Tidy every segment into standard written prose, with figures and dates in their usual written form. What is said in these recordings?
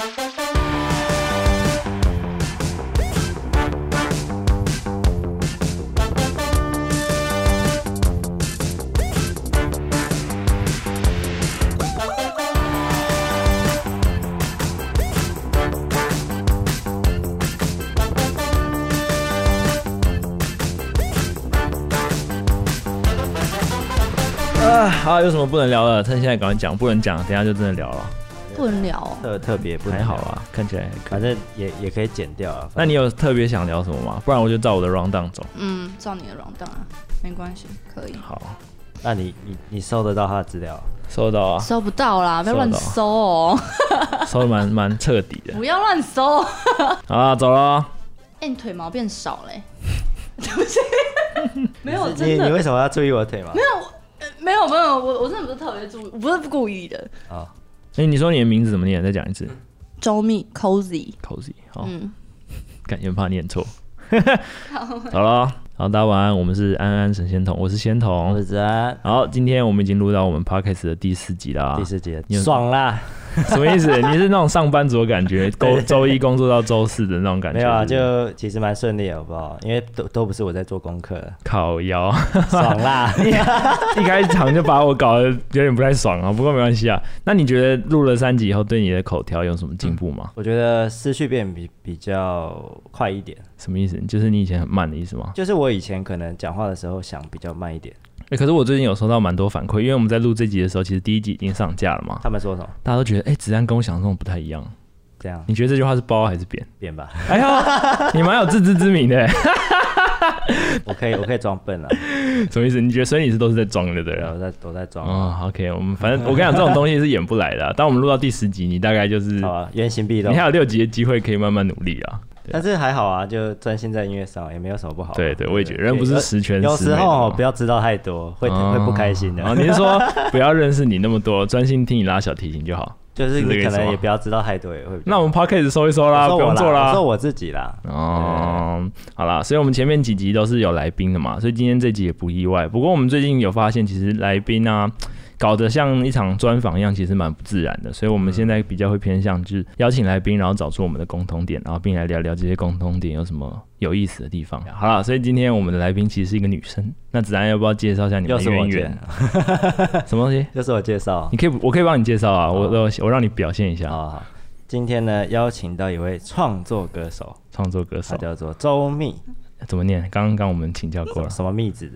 好，有什么不能聊的？趁现在赶快讲，不能讲，等一下就真的聊了。 不能聊特别不能聊还好啦，看起来反正也可以剪掉啊。 那你有特别想聊什么吗？不然我就照我的 round down 走。 照你的 round down 啊，没关系，可以。 好， 那你收得到他的资料？ 收到啊， 收不到啦，不要乱收哦。 收的蛮彻底的。 不要乱收。 好啦，走了。 你腿毛变少嘞。对不起，没有真的。 你为什么要注意我的腿毛？ 没有，我真的不是特别注意，我不是故意的。 啊， 你说你的名字怎么念？再讲一次。 周密 cozy， 好，感觉怕念错。好了，好，大家晚安。我们是安安沈仙童，我是仙童， 我是子安。 好，今天我们已经录到我们 podcast 的第4集啦。 第4集，爽啦！ 什么意思？你是那种上班族的感觉，周一工作到周4的那种感觉？ 没有啊，就其实蛮顺利的，好不好？因为都不是我在做功课， 靠腰， 爽啦！ 一开场就把我搞得有点不太爽啊，不过没关系啊。那你觉得录了3集以后，对你的口条有什么进步吗？ 我觉得思绪变比较快一点。 什么意思？就是你以前很慢的意思吗？ 就是我以前可能讲话的时候想比较慢一点。 可是我最近有收到蛮多反馈，因为我们在录这集的时候，其实第1集已经上架了嘛。 他们说什么？ 大家都觉得，子安跟我想的那种不太一样。 这样？ 你觉得这句话是褒还是贬？ 贬吧。 哎呀，你蛮有自知之明的。 我可以装笨啊。 什么意思？你觉得所以你都是在装的，对了？ 我在装。 哦 ，OK， 我们反正我跟你讲，这种东西是演不来的啊。当我们录到第10集，你大概就是好啊，原形毕露。你还有6集的机会可以慢慢努力啊。 但是还好啊，就专心在音乐上，也没有什么不好。 对，我也觉得人不是十全十美。 有时候不要知道太多，会不开心的。 你是说不要认识你那么多，专心听你拉小提琴就好？ 就是你可能也不要知道太多，也会。 那我们 podcast 收一收啦，不用做啦。 我说我自己啦。 好啦，所以我们前面几集都是有来宾的嘛，所以今天这集也不意外。不过我们最近有发现，其实来宾啊，搞得像一场专访一样，其实蛮不自然的。所以我们现在比较会偏向就是邀请来宾，然后找出我们的共同点，然后并来聊聊这些共同点有什么有意思的地方。好啦，所以今天我们的来宾其实是一个女生。那子安要不要介绍一下你们的渊源？什么东西？ 就是我介绍。 我可以帮你介绍啊，我让你表现一下。 好，今天呢邀请到一位创作歌手，他叫做周密。 怎么念？刚刚我们请教过了。 什么密子？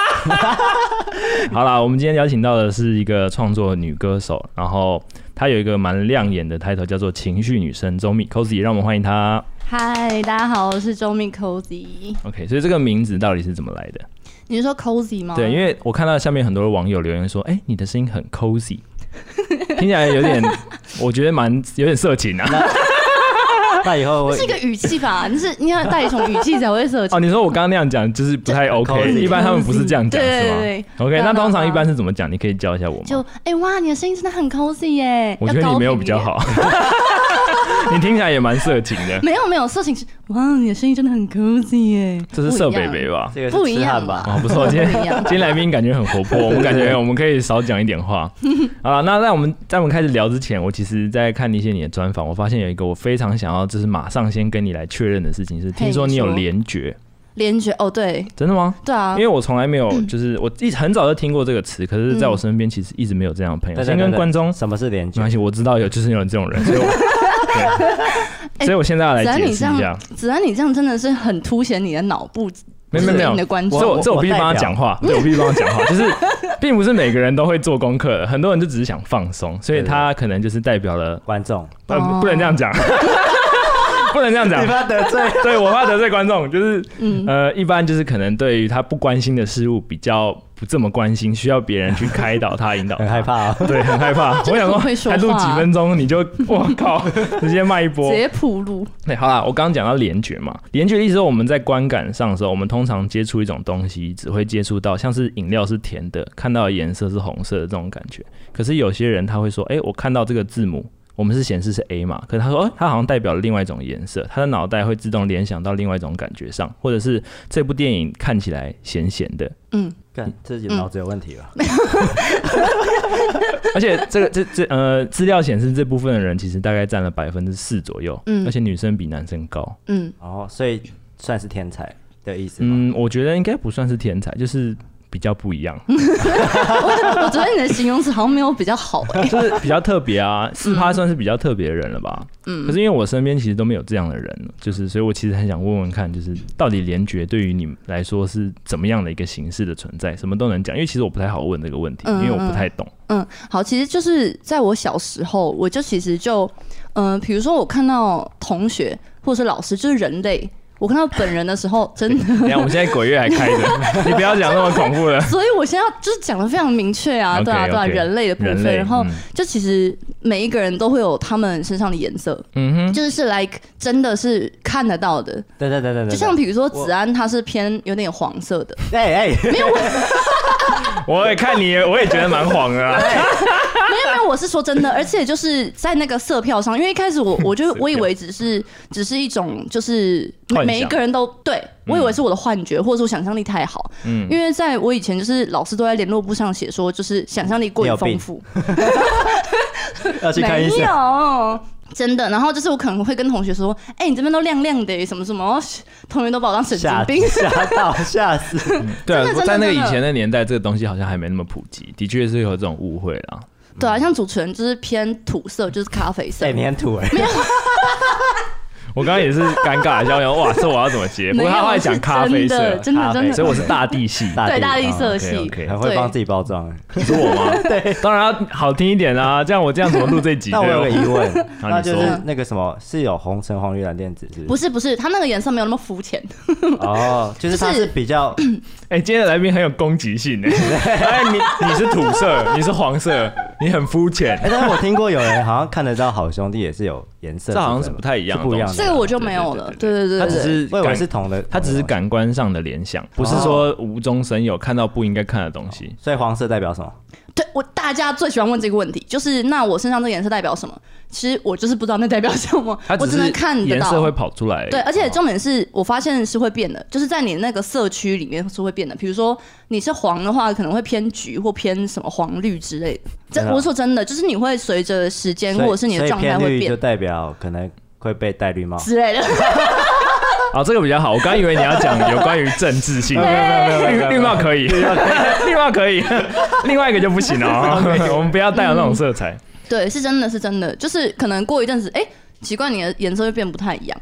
好啦，我们今天邀请到的是一个创作女歌手，然后她有一个蛮亮眼的 title 叫做情绪女生周密 cozy， 让我们欢迎她。 嗨，大家好，我是周密 cozy。 OK， 所以这个名字到底是怎么来的？ 你是说 cozy 吗？ 对，因为我看到下面很多网友留言说，你的声音很 cozy， 听起来有点，我觉得有点色情啊。 那以后是一个语气吧，你要带一种语气才会色情。 你说我刚刚那样讲就是不太 OK， 一般他们不是这样讲是吗？ 对 OK， 那通常一般是怎么讲？你可以教一下我吗？ 就哇，你的声音真的很 cozy 耶。 我觉得你没有比较好。你听起来也蛮色情的。 没有色情是哇，你的声音真的很 cozy 耶。 这是色北北吧？ 这个是痴汉吧？ 不错，今天来宾感觉很活泼，我们感觉我们可以少讲一点话。好了，那在我们开始聊之前，我其实在看一些你的专访，我发现有一个我非常想要，就是马上先跟你来确认的事情是，听说你有联觉。 联觉哦，对， 真的吗？ 对啊， 因为我从来没有，就是我很早就听过这个词，可是在我身边其实一直没有这样的朋友。先跟观众， 什么是联觉？ 没关系，我知道就是有这种人，所以我现在要来解释一下。 子安，你这样真的是很凸显你的脑部。 没有， 你的观众， 这我必须帮他讲话，对，我必须帮他讲话，就是并不是每个人都会做功课的，很多人就只是想放松，所以他可能就是代表了观众， 不能这样讲。不能这样讲， 你怕得罪， 对，我怕得罪观众，就是一般就是可能对于他不关心的事物比较不这么关心，需要别人去开导他、引导他， 很害怕， 对，很害怕。我想说，才录几分钟你就哇靠，直接卖一波， 直接铺路。 对，好啦，我刚刚讲到联觉嘛，联觉的意思是我们在观感上的时候，我们通常接触一种东西，只会接触到像是饮料是甜的，看到的颜色是红色的这种感觉。可是有些人他会说，我看到这个字母。 我们是显示是 A 嘛，可是他说，它好像代表了另外一种颜色，他的脑袋会自动联想到另外一种感觉上，或者是这部电影看起来咸咸的。 干，这脑子有问题了。 而且资料显示这部分的人其实大概占了4%左右，而且女生比男生高。 所以算是天才的意思吗？ 我觉得应该不算是天才，就是比较不一样。 我觉得你的形容词好像没有比较好就是比较特别啊，4%算是比较特别的人了吧？可是因为我身边其实都没有这样的人，就是所以我其实很想问问看，就是到底联觉对于你们来说是怎么样的一个形式的存在？什么都能讲，因为其实我不太好问这个问题，因为我不太懂。 好，其实就是在我小时候，我就其实就比如说我看到同学或者是老师，就是人类。我看到本人的时候，真的。 你看，我们现在鬼月还开着，你不要讲那么恐怖了。 所以我现在就是讲的非常明确啊，对啊，对啊，人类的部分。然后就其实每一个人都会有他们身上的颜色，就是 like 真的是看得到的。 对。 就像比如说子安，他是偏有点黄色的。没有。 我也看你，我也觉得蛮黄的啊。 没有，我是说真的，而且就是在那个色票上，因为一开始我以为只是一种就是每一个人都对我以为是我的幻觉，或者说想象力太好。因为在我以前就是老师都在联络簿上写说，就是想象力过于丰富。 要去看医生。 没有。真的，然后就是我可能会跟同学说，你这边都亮亮的，什么什么，同学都把我当神经病， 吓死。 对啊，在那个以前的年代，这个东西好像还没那么普及，的确是有这种误会啦。 对啊，像主持人就是偏土色，就是咖啡色。 你很土没有。 我刚刚也是尴尬一下，哇，这我要怎么接？不过他后来讲咖啡色， 真的， 所以我是大地系， 对，大地色系， 很会帮自己包装。 你说我吗？ 对， 当然要好听一点啊，这样我这样怎么录这集？ 那我有个疑问，那就是那个什么是有红橙黄绿蓝靛紫是？ 不是，它那个颜色没有那么肤浅。 就是它是比较， 今天的来宾很有攻击性你是土色，你是黄色，你很肤浅。 但是我听过有人好像看得到好兄弟也是有颜色， 这好像是不太一样的， 不一样的。 这个我就没有了。对， 它只是我以为是同的， 它只是感官上的联想，不是说无中生有看到不应该看的东西。 所以黄色代表什么？ 对，大家最喜欢问这个问题，就是那我身上这个颜色代表什么？其实我就是不知道那代表什么，我只能看得到颜色会跑出来。 对，而且重点是我发现是会变的，就是在你那个色区里面是会变的。比如说你是黄的话，可能会偏橘或偏什么黄绿之类的。我说真的，就是你会随着时间或者是你的状态会变， 就代表可能会被戴绿帽之类的。 这个比较好。我刚以为你要讲有关于政治性，绿帽可以，绿帽可以，另外一个就不行哦。我们不要带有那种色彩。 对，是真的，就是可能过一阵子，奇怪，你的颜色会变不太一样。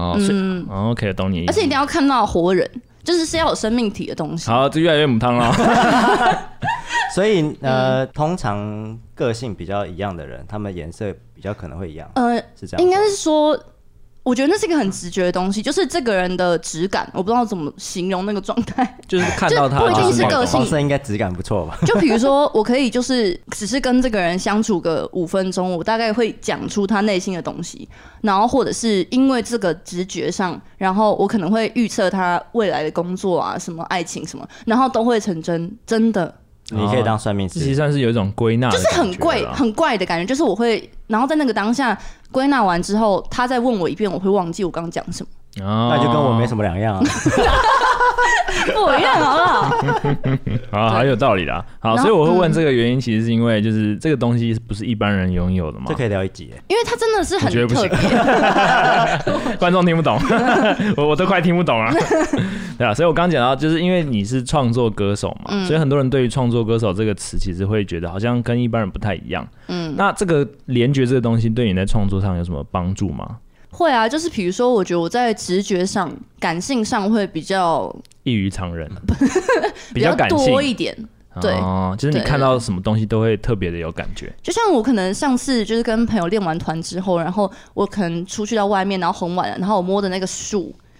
OK， 懂你意思。 而且一定要看到活人，就是要有生命体的东西。 好，这越来越母汤了。 所以通常个性比较一样的人，他们颜色比较可能会一样。是这样。 应该是说。我觉得那是一个很直觉的东西，就是这个人的质感，我不知道怎么形容那个状态， 就是看到他不一定是个性， 黄色应该质感不错吧？ 就比如说，我可以就是只是跟这个人相处个5分钟，我大概会讲出他内心的东西，然后或者是因为这个直觉上，然后我可能会预测他未来的工作啊、什么爱情什么，然后都会成真，真的。 你可以当算命师， 其实算是有一种归纳， 就是很怪的感觉，就是我会，然后在那个当下归纳完之后，他再问我一遍，我会忘记我刚刚讲什么。 那就跟我没什么两样啊。 不一样，好不好？ 好，好有道理啦。好，所以我会问这个原因，其实是因为就是这个东西不是一般人拥有的嘛。 这可以聊一集， 因为它真的是很特别。 观众听不懂，我都快听不懂了。对啊，所以我刚讲到，就是因为你是创作歌手嘛，所以很多人对于创作歌手这个词，其实会觉得好像跟一般人不太一样。那这个联觉这个东西，对你在创作上有什么帮助吗？ 会啊，就是比如说，我觉得我在直觉上、感性上会比较异于常人， 比较多一点。对， 就是你看到什么东西都会特别的有感觉。 就像我可能上次就是跟朋友练完团之后，然后我可能出去到外面，然后很晚了，然后我摸的那个树，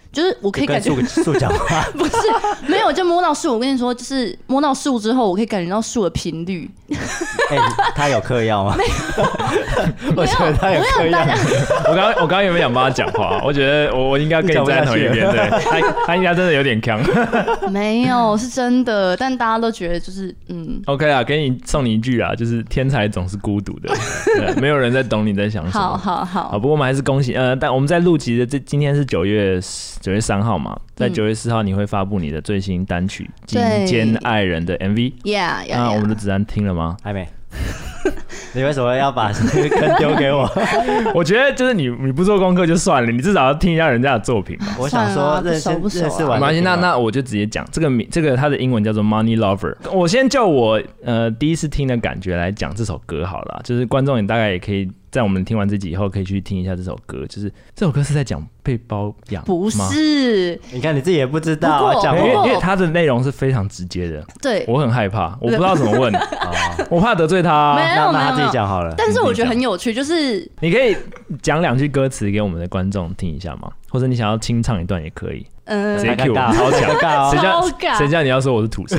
就是我可以感觉树讲话， 不是没有，就摸到树。我跟你说，就是摸到树之后，我可以感觉到树的频率。 他有嗑药吗？我觉得他有嗑药。 我刚原本想帮他讲话，我觉得我应该跟你站同一边，对，他应该真的有点呛。 没有，是真的，但大家都觉得就是 OK 啊，送你一句啊，就是天才总是孤独的，没有人在懂你在想什么。好，不过我们还是恭喜但我们在录集的今天是9月3号嘛，在9月4号你会发布你的最新单曲《金坚爱人》的 MV。那我们的子安听了吗？ 还没。你为什么要把坑丢给我？ 我觉得就是你不做功课就算了，你至少要听一下人家的作品吧。 我想说认识完， 没关系，那我就直接讲这个它的英文叫做 Money Lover。我先就我第一次听的感觉来讲这首歌好了，就是观众也大概也可以在我们听完这集以后可以去听一下这首歌，就是这首歌是在讲被包养吗？ 不是， 你看你自己也不知道， 因为它的内容是非常直接的。 对， 我很害怕，我不知道怎么问，我怕得罪他。 那他自己讲好了。 但是我觉得很有趣，就是你可以讲2句歌词给我们的观众听一下吗？或者你想要清唱一段也可以。直接 Q 我，超强，谁叫你要说我是土生？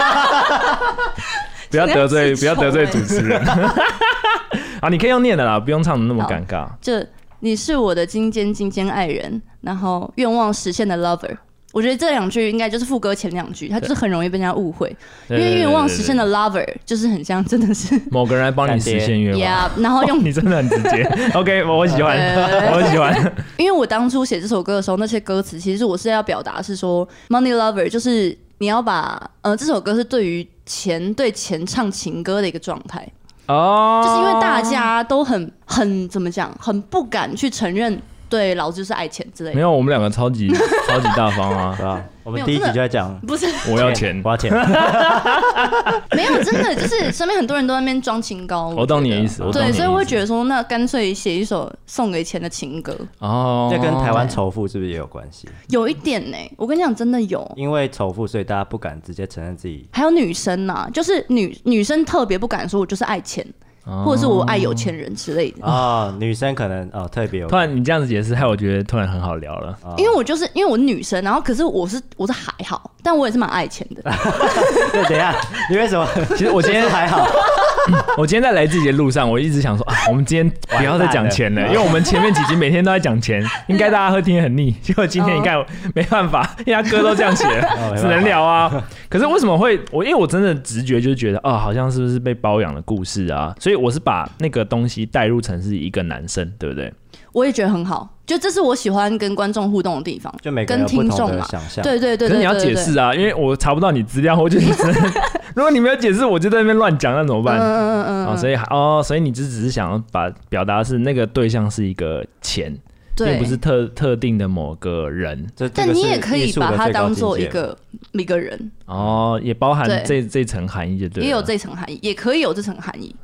不要得罪主持人。好，你可以用念的啦，不用唱的那么尴尬。 就你是我的金坚爱人，然后愿望实现的 lover。我觉得这2句应该就是副歌前2句，它就是很容易被人家误会，因为愿望实现的 lover 就是很像真的是某个人来帮你实现愿望， 然后用你真的很直接。OK， 我喜欢，我喜欢。 因为我当初写这首歌的时候，那些歌词其实我是要表达是说 money lover， 就是你要把这首歌是对钱唱情歌的一个状态。就是因为大家都很怎么讲，很不敢去承认对老子就是爱钱之类的。 没有，我们2个超级大方啊， 对吧？我们第一集就在讲， 不是我要钱， 我要钱。 没有，真的就是身边很多人都在那边装清高。 我懂你的意思， 对，所以我会觉得说，那干脆写一首送给钱的情歌。 这跟台湾仇富是不是也有关系？ 有一点呢，我跟你讲，真的有。因为仇富，所以大家不敢直接承认自己。 还有女生呐，就是女生特别不敢说，我就是爱钱。或者是我爱有钱人之类的女生可能特别有。 突然你这样子解释，害我觉得突然很好聊了。 因为我是女生，然后可是我是还好，但我也是蛮爱钱的。 对，等一下，你为什么？ 其实我今天还好。我今天在来自己的路上，我一直想说我们今天不要再讲钱了，因为我们前面几集每天都在讲钱，应该大家会听得很腻。结果今天你看没办法，因为他歌都这样写了，只能聊啊。可是为什么会因为我真的直觉就是觉得好像是不是被包养的故事啊，所以我是把那个东西带入成是一个男生，对不对？我也觉得很好，就这是我喜欢跟观众互动的地方， 就每个人有不同的想象。 对。 可是你要解释啊，因为我查不到你资料，我就如果你没有解释，我就在那边乱讲，那怎么办？所以你只是想要表达是那个对象是一个钱。并不是特定的某个人， 但你也可以把它当做一个人也包含这层含义，就对了， 也有这层含义，也可以有这层含义。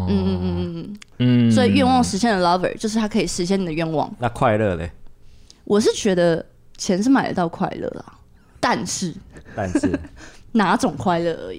所以愿望实现的 lover 就是它可以实现你的愿望。 那快乐嘞？ 我是觉得钱是买得到快乐啦，但是哪种快乐而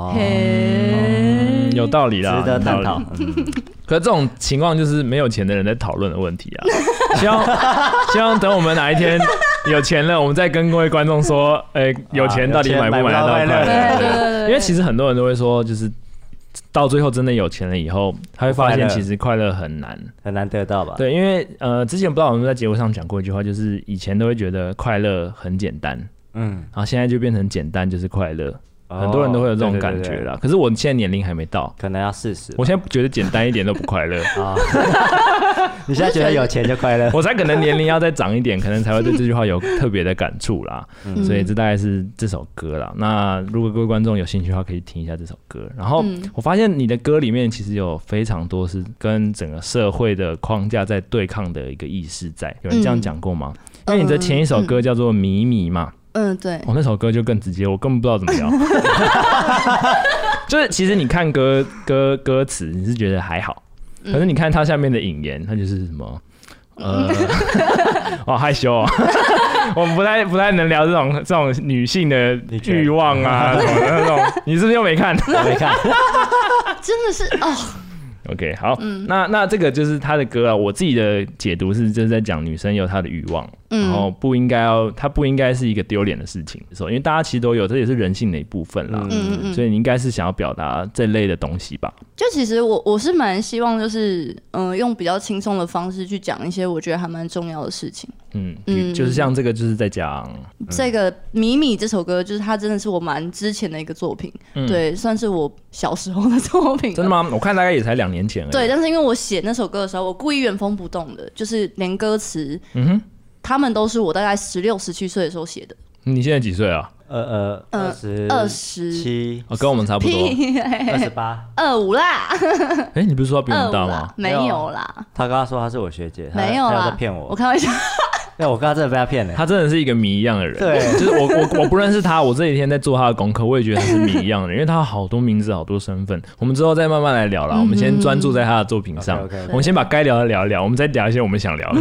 已。 有道理啦， 值得探讨。 可是这种情况就是没有钱的人在讨论的问题啊。希望等我们哪一天有钱了，我们再跟各位观众说，有钱到底买不买得到快乐？对，因为其实很多人都会说，就是到最后真的有钱了以后，他会发现其实快乐很难得到吧？ 对，因为之前不知道我们在节目上讲过一句话，就是以前都会觉得快乐很简单，然后现在就变成简单就是快乐。很多人都会有这种感觉啦，可是我现在年龄还没到， 可能要40。 我现在觉得简单一点都不快乐你现在觉得有钱就快乐？ 我才可能年龄要再长一点，可能才会对这句话有特别的感触啦。所以这大概是这首歌啦。那如果各位观众有兴趣的话，可以听一下这首歌。然后我发现你的歌里面其实有非常多是跟整个社会的框架在对抗的一个意识在，有人这样讲过吗？因为你的前一首歌叫做《迷迷》嘛。 对， 那首歌就更直接，我根本不知道怎么聊。就是其实你看歌词，你是觉得还好，可是你看它下面的引言，它就是什么，好害羞哦。我们不太能聊这种女性的欲望啊什么的那种。你是不是又没看？ 我没看， 真的是 OK， 好，那这个就是他的歌啊。我自己的解读是，就是在讲女生有她的欲望， 然后它不应该是一个丢脸的事情，因为大家其实都有，这也是人性的一部分啦。所以你应该是想要表达这类的东西吧？ 就其实我是蛮希望就是用比较轻松的方式去讲一些我觉得还蛮重要的事情。 就是像这个就是在讲这个《米米》这首歌，就是它真的是我蛮之前的一个作品，对，算是我小时候的作品。 真的吗？我看大概也才2年前而已。 对，但是因为我写那首歌的时候，我故意原封不动的，就是连歌词，他们都是我大概16、17岁的时候写的。 你现在几岁啊 ？27， 跟我们差不多。 28、 25啦。 你不是说比我们大吗？ 没有啦。 他刚刚说他是我学姐， 没有啦， 他在骗我。 我开玩笑。 对，我刚刚真的被他骗了。 他真的是一个谜一样的人。 对， 就是我不认识他，我这几天在做他的功课，我也觉得他是谜一样的人，因为他有好多名字，好多身份。我们之后再慢慢来聊啦。我们先专注在他的作品上。我们先把该聊的聊一聊，我们再聊一些我们想聊的。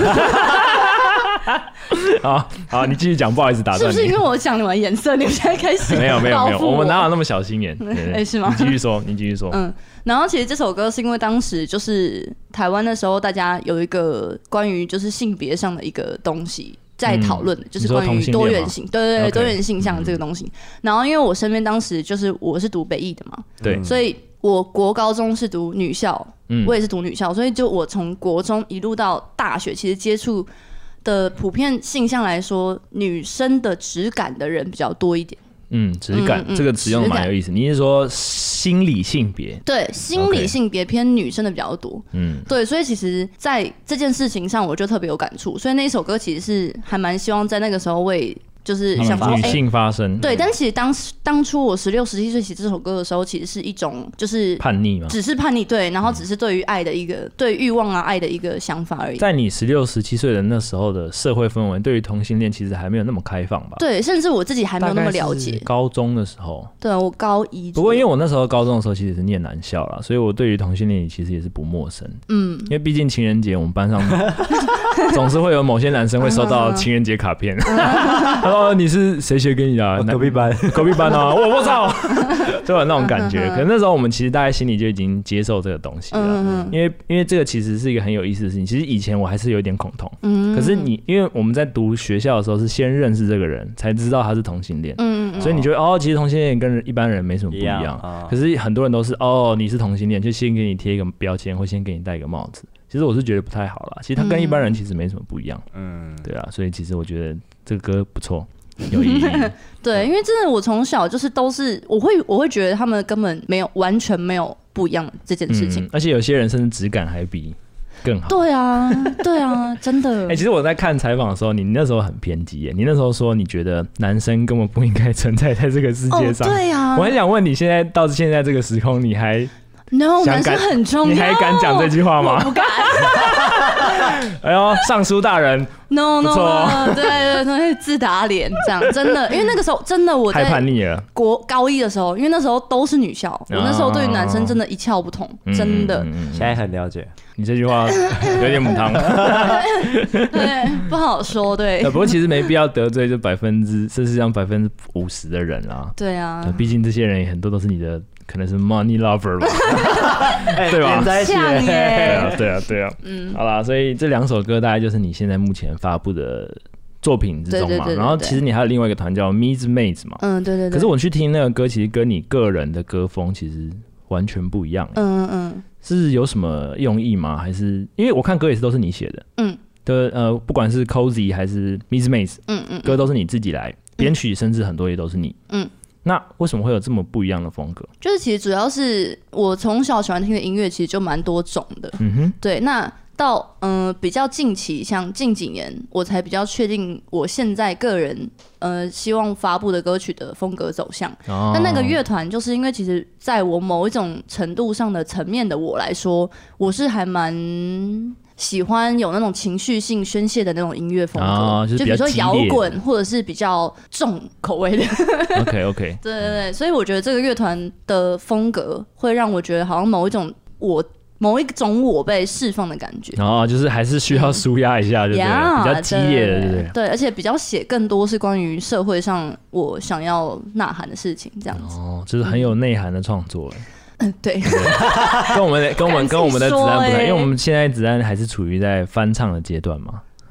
好，你继续讲，不好意思打断你。 是不是因为我讲你们颜色，你们现在开始没有，我们哪有那么小心眼？ 是吗？ 你继续说。 然后其实这首歌是因为当时就是台湾的时候，大家有一个关于就是性别上的一个东西在讨论，就是关于多元性，对，多元性向这个东西。然后因为我身边当时就是我是读北艺的嘛， 对， 所以我国高中是读女校，我也是读女校，所以就我从国中一路到大学，其实接触的普遍性向来说，女生的质感的人比较多一点。 质感这个词用的蛮有意思。你是说心理性别？ 对，心理性别偏女生的比较多。对，所以其实在这件事情上，我就特别有感触。所以那一首歌其实是还蛮希望在那个时候为就是想说女性发声。 对，但其实当初我16、17岁写这首歌的时候，其实是一种就是叛逆嘛， 只是叛逆，对，然后只是对于爱的一个对欲望啊爱的一个想法而已。 在你16、17岁的那时候的社会氛围，对于同性恋其实还没有那么开放吧？ 对，甚至我自己还没有那么了解。 高中的时候， 对，我高一。 不过因为我那时候高中的时候其实是念男校啦，所以我对于同性恋其实也是不陌生。因为毕竟情人节我们班上总是会有某些男生会收到情人节卡片，他说你是谁写给你的？ 隔壁班啊！我操，就有那种感觉。可是那时候我们其实大概心里就已经接受这个东西了，因为这个其实是一个很有意思的事情。其实以前我还是有点恐同，可是因为我们在读学校的时候是先认识这个人，才知道他是同性恋，所以你觉得其实同性恋跟一般人没什么不一样。可是很多人都是你是同性恋，就先给你贴一个标签，或先给你戴一个帽子。其实我是觉得不太好啦，其实他跟一般人其实没什么不一样。对啊，所以其实我觉得这个歌不错。有意义。 对，因为真的我从小就是都是我会觉得他们根本没有完全没有不一样的这件事情， 而且有些人甚至质感还比更好。 对啊，真的。 其实我在看采访的时候，你那时候很偏激耶，你那时候说你觉得男生根本不应该存在在这个世界上。 对啊， 我很想问你，现在到现在这个时空，你还 ？No， 男生很重要。 你还敢讲这句话吗？ 我不敢。 哎呦，尚书大人 ，No， 对，自打脸这样，真的，因为那个时候真的我在太叛逆了。 高一的时时候，因为那时候都是女校，我那时候对于男生真的一窍不通，真的。 现在很了解。 你这句话有点母汤。 对，不好说。对， 不过其实没必要得罪这世界上50%的人啦。 对啊， 毕竟这些人很多都是你的。可能是 money lover 吧，对吧？对啊，好啦，所以这2首歌大概就是你现在目前发布的作品之中嘛。然后其实你还有另外一个团叫 Ms. Maze 嘛，对。可是我去听那个歌，其实跟你个人的歌风其实完全不一样。是有什么用意吗？还是因为我看歌也是都是你写的，不管是 Cozy 还是 Ms. Maze，歌都是你自己来编曲，甚至很多也都是你，那为什么会有这么不一样的风格？ 就是其实主要是我从小喜欢听的音乐其实就蛮多种的，对。那到比较近期，像近几年，我才比较确定我现在个人希望发布的歌曲的风格走向。但那个乐团就是因为其实在我某一种程度上的层面的我来说，我是还蛮喜欢有那种情绪性宣泄的那种音乐风格，就比如说摇滚或者是比较重口味的。 OK， 对，所以我觉得这个乐团的风格会让我觉得好像某一种我被释放的感觉。 就是还是需要抒压一下，对不对？比较激烈的，对不对？ 对，而且比较写更多是关于社会上我想要呐喊的事情，这样子。 就是很有内涵的创作。 对， 跟我们的子弹不太，因为我们现在子弹还是处于在翻唱的阶段嘛。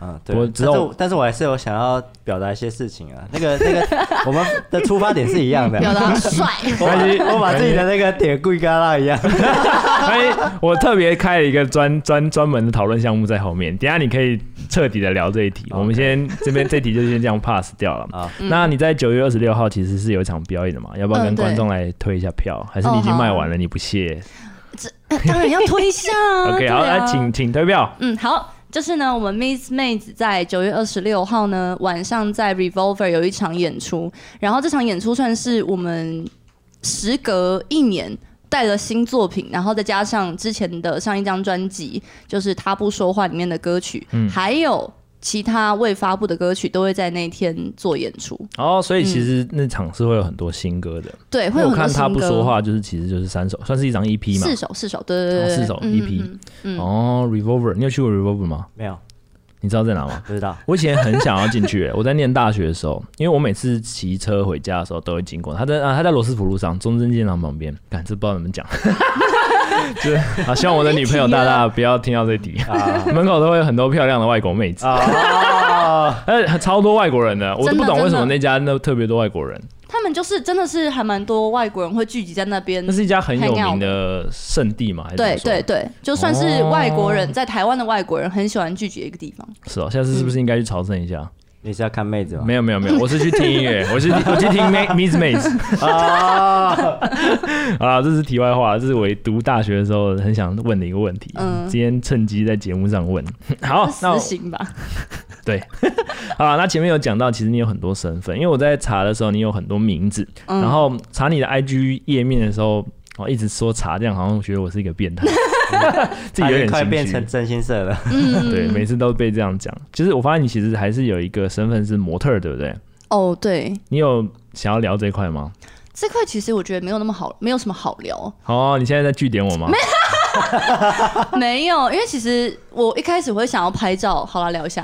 对，但是我还是有想要表达一些事情啊。那个，我们的出发点是一样的， 表达帅。 我把自己的那个点故意跟他一样。 我特别开了一个专门的讨论项目在后面，等一下你可以彻底的聊这一题。我们先这题就先这样 pass 掉了。那你在9月26号其实是有一场表演的嘛？要不要跟观众来推一下票？还是你已经卖完了，你不屑？ 当然要推一下。 OK， 好，来请推票。 好。就是呢，我们 Miss 妹子在9月26号呢晚上在 Revolver 有一场演出，然后这场演出算是我们时隔1年带了新作品，然后再加上之前的上一张专辑，就是他不说话里面的歌曲，还有其他未发布的歌曲都会在那天做演出。 所以其实那场是会有很多新歌的。 对，会有很多新歌。 我看他不说话，其实就是3首，算是一张 EP 嘛。 4首，对 ，4首 EP。Revolver， 你有去过 Revolver 吗？ 没有。 你知道在哪吗？ 不知道。 我以前很想要进去，我在念大学的时候，因为我每次骑车回家的时候都会经过。他在罗斯福路上中正纪念堂旁边，这不知道怎么讲。希望我的女朋友大不要听到这题。门口都会有很多漂亮的外国妹子。超多外国人的，我都不懂为什么那家那特别多外国人。 他们真的是还蛮多外国人会聚集在那边。 那是一家很有名的圣地嘛？还是对，就算是外国人，在台湾的外国人很喜欢聚集的一个地方。 是下次是不是应该去朝圣一下？ 你是要看妹子吗？ 没有，我是去听音乐，我去听 Miss 妹子。这是题外话，这是我读大学的时候很想问的一个问题。今天趁机在节目上问。好， 那私心吧。 对，好，那前面有讲到，其实你有很多身份，因为我在查的时候，你有很多名字，然后查你的 IG 页面的时候，一直说查这样，好像觉得我是一个变态。自己有点快变成真心社了。 对，每次都被这样讲。就是我发现你其实还是有一个身份是模特，对不对？ 对。 你有想要聊这一块吗？ 这块其实我觉得没有什么好聊。 你现在在据点我吗？ 没有，因为其实我一开始会想要拍照，好啦，聊一下。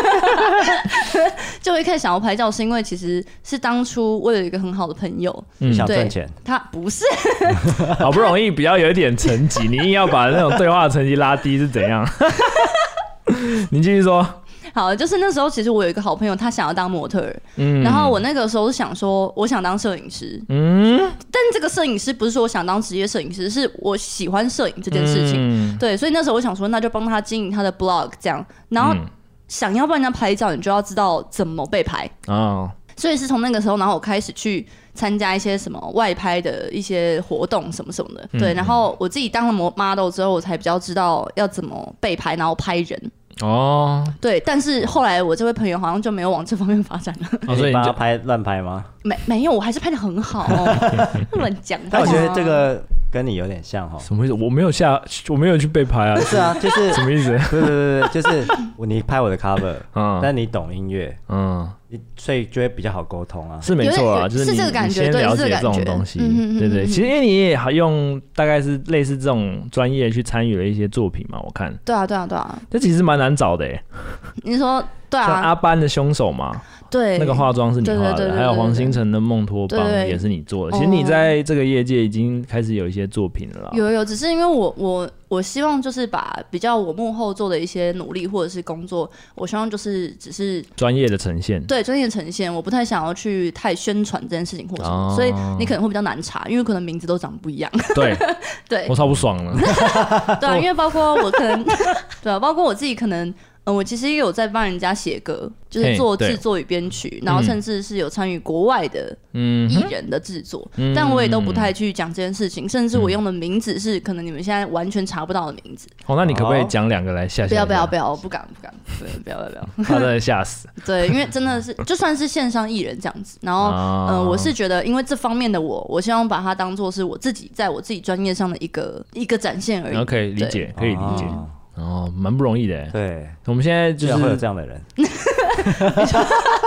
就一开始想要拍照，是因为其实是当初我有一个很好的朋友， 想赚钱， 他不是， 好不容易比较有一点成绩，你硬要把那种对话成绩拉低是怎样？你继续说。 好，就是那时候其实我有一个好朋友，他想要当模特儿，然后我那个时候是想说，我想当摄影师，但这个摄影师不是说我想当职业摄影师，是我喜欢摄影这件事情，对，所以那时候我想说，那就帮他经营他的 blog 这样，然后想要帮人家拍照，你就要知道怎么被拍所以是从那个时候，然后我开始去参加一些什么外拍的一些活动什么什么的，对，然后我自己当了model之后，我才比较知道要怎么被拍，然后拍人。对，但是后来我这位朋友好像就没有往这方面发展了。 所以你就乱拍吗？ 没有，我还是拍得很好乱讲。 但我觉得这个跟你有点像什么意思？我没有去被拍啊。 是啊，就是什么意思？ 对，就是你拍我的 cover，但你懂音乐，所以就会比较好沟通啊。 是没错啊，就是你先了解这种东西，对。其实因为你也用大概是类似这种专业去参与了一些作品嘛，我看。 对啊。 这其实蛮难找的。 你说对啊？ 像阿班的凶手嘛。对，那个化妆是你画的，还有黄星辰的梦托邦也是你做的。其实你在这个业界已经开始有一些作品了啦。 有，只是因为我希望就是把比较我幕后做的一些努力或者是工作，我希望就是只是专业的呈现。对， 专业呈现，我不太想要去太宣传这件事情或什么，所以你可能会比较难查，因为可能名字都长不一样。对， 我超不爽了。 对啊，因为包括我可能，对啊，包括我自己可能。我其实也有在帮人家写歌，就是做制作与编曲，然后甚至是有参与国外的艺人的制作，但我也都不太去讲这件事情，甚至我用的名字是可能你们现在完全查不到的名字。 那你可不可以讲2个来吓？ 不要，我不敢，对，不要， 他真的吓死。 对，因为真的是就算是线上艺人这样子，然后我是觉得，因为这方面的我希望把它当做是我自己在我自己专业上的一个展现而已。 可以理解，可以理解。蛮不容易的。 对， 我们现在就是会有这样的人。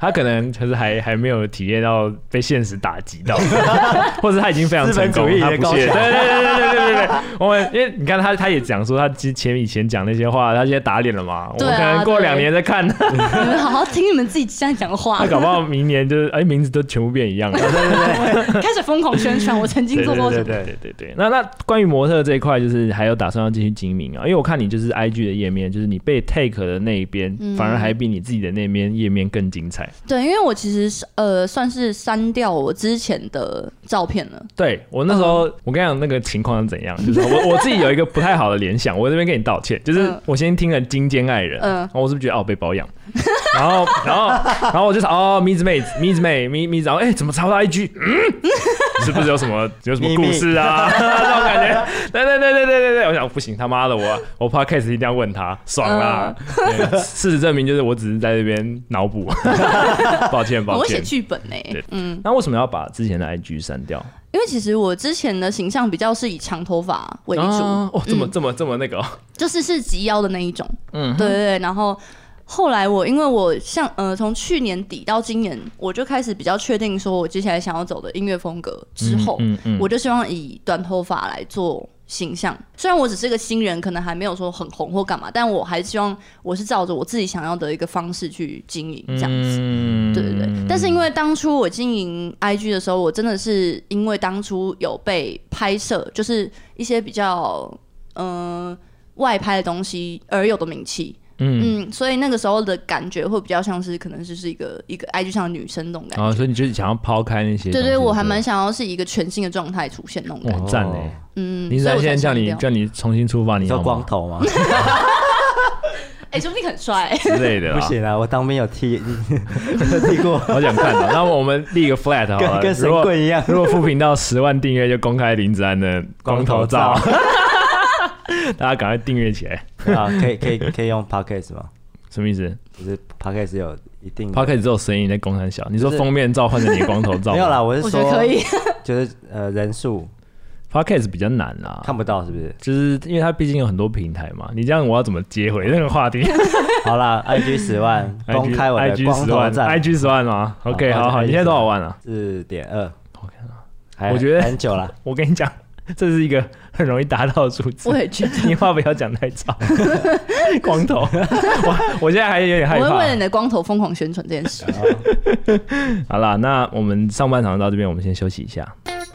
他可能就是还没有体验到被现实打击到，或者他已经非常成功，他不屑。对，我们因为你看他也讲说他以前讲那些话，他现在打脸了嘛，我们可能过2年再看。 你们好好听你们自己现在讲的话。 他搞不好明年就是名字都全部变一样了。 对，开始疯狂宣传我曾经做过什么。 对。那关于模特这一块，就是还有打算要继续经营啊？因为我看你就是 IG 的页面，就是你被 take 的那一边，反而还比你自己的那边页面更精彩。 对，因为我其实算是删掉我之前的照片了。 对，我那时候，我跟你讲那个情况是怎样，就是我自己有一个不太好的联想，我这边跟你道歉，就是我先听了《金坚爱人》，然后我是不是觉得被保养，然后我就查咪子妹，然后怎么查不到 IG？ 是不是有什么故事啊？这种感觉，对，我想不行，他妈的我 podcast 一定要问他，爽啦！事实证明就是我只是在这边脑补，抱歉。 我写剧本呢。 那为什么要把之前的 IG 删掉？ 因为其实我之前的形象比较是以长头发为主， 这么那个， 就是及腰的那一种。对，然后。后来因为我像从去年底到今年，我就开始比较确定说我接下来想要走的音乐风格之后，我就希望以短头发来做形象。虽然我只是个新人，可能还没有说很红或干嘛，但我还是希望我是照着我自己想要的一个方式去经营这样子。对。但是因为当初我经营 IG 的时候，我真的是因为当初有被拍摄，就是一些比较外拍的东西而有的名气。所以那个时候的感觉会比较像是可能就是一个 IG 上的女生那种感觉。 所以你就是想要抛开那些。 对，我还蛮想要是一个全新的状态出现那种感觉。 赞欸。林子安现在叫你重新出发，你要光头吗？ 说不定很帅之类的。 不行啊，我当兵有剃过， 好想看到。那我们立一个 flat 好了， 跟神棍一样。 如果副频道10万订阅，就公开林子安的光头照。大家赶快订阅起来啊！可以用 podcast 吗？ 什么意思？ 就是 podcast 有一定 podcast 只有声音在公三小。你说封面照换成你的光头照？ 没有啦，我是说我觉得可以， 就是人数 podcast 比较难啦， 看不到是不是？ 就是因为它毕竟有很多平台嘛。你这样我要怎么接回那个话题？ 好啦 ，IG 10万，公开我的光头照 ，IG 10万吗 ？OK， 好，你现在多少万啊 ？4.2。 我觉得很久了。 我跟你讲。这是一个很容易达到的数字。 我也觉得， 你话不要讲太早。光头，我现在还有点害怕。 我会为了你的光头疯狂宣传这件事。 好啦，那我们上半场到这边，我们先休息一下。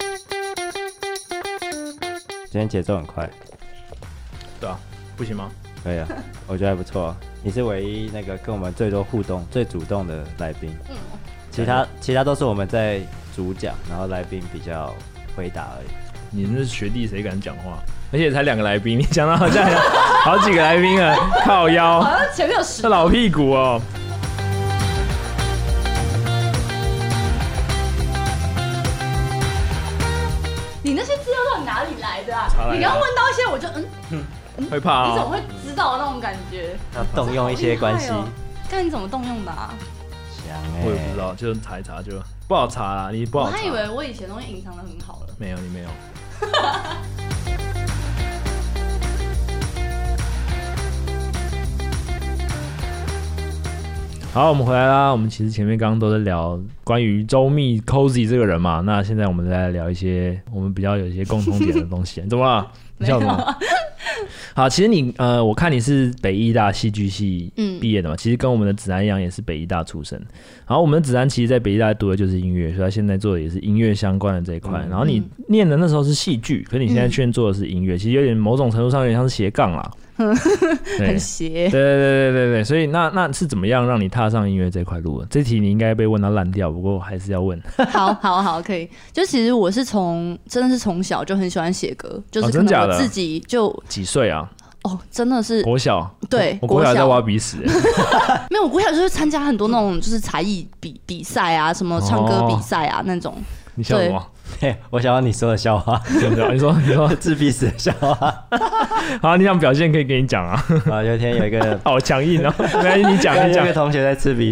今天节奏很快。 对啊，不行吗？ 可以啊，我觉得还不错。你是唯一那个跟我们最多互动、最主动的来宾。其他都是我们在主讲，然后来宾比较回答而已。 你那是学弟，谁敢讲话？而且才2个来宾，你讲到好像有好几个来宾了，靠腰， 好像前面有10个， 老屁股哦。 你那些资料到底哪里来的啊？你刚问到一些，我就会怕你怎么会知道那种感觉？ 要动用一些关系。 看你怎么动用的啊？ 我也不知道，就查一查就不好查啦。你不好查。 我还以为我以前东西隐藏的很好了。 没有，你没有。好，我们回来啦。我们其实前面刚刚都在聊关于周密 Cozy 这个人嘛，那现在我们再来聊一些我们比较有一些共同点的东西。怎么了？你笑什么？好，其实你我看你是北艺大戏剧系毕业的嘛，其实跟我们的子安一样，也是北艺大出身。然后我们的子安其实在北艺大读的就是音乐，所以他现在做的也是音乐相关的这一块。然后你念的那时候是戏剧，可是你现在却做的是音乐，其实有点某种程度上有点像是斜杠啦。 很斜。 对，所以那是怎么样让你踏上音乐这块路的？这题你应该被问到烂掉，不过还是要问。 好，可以。就其实我是真的是从小就很喜欢写歌，就是可能我自己就几岁啊？ 真的是国小。 对， 我国小在挖鼻屎。 没有，我国小就是参加很多那种就是才艺比赛啊，什么唱歌比赛啊那种。 你笑什么？ 我想要你说的笑话。 你说治鼻屎的笑话。 好，你想表现可以跟你讲啊。 有一天有一个好强硬哦，没关系，你讲。 有一个同学在吃鼻屎，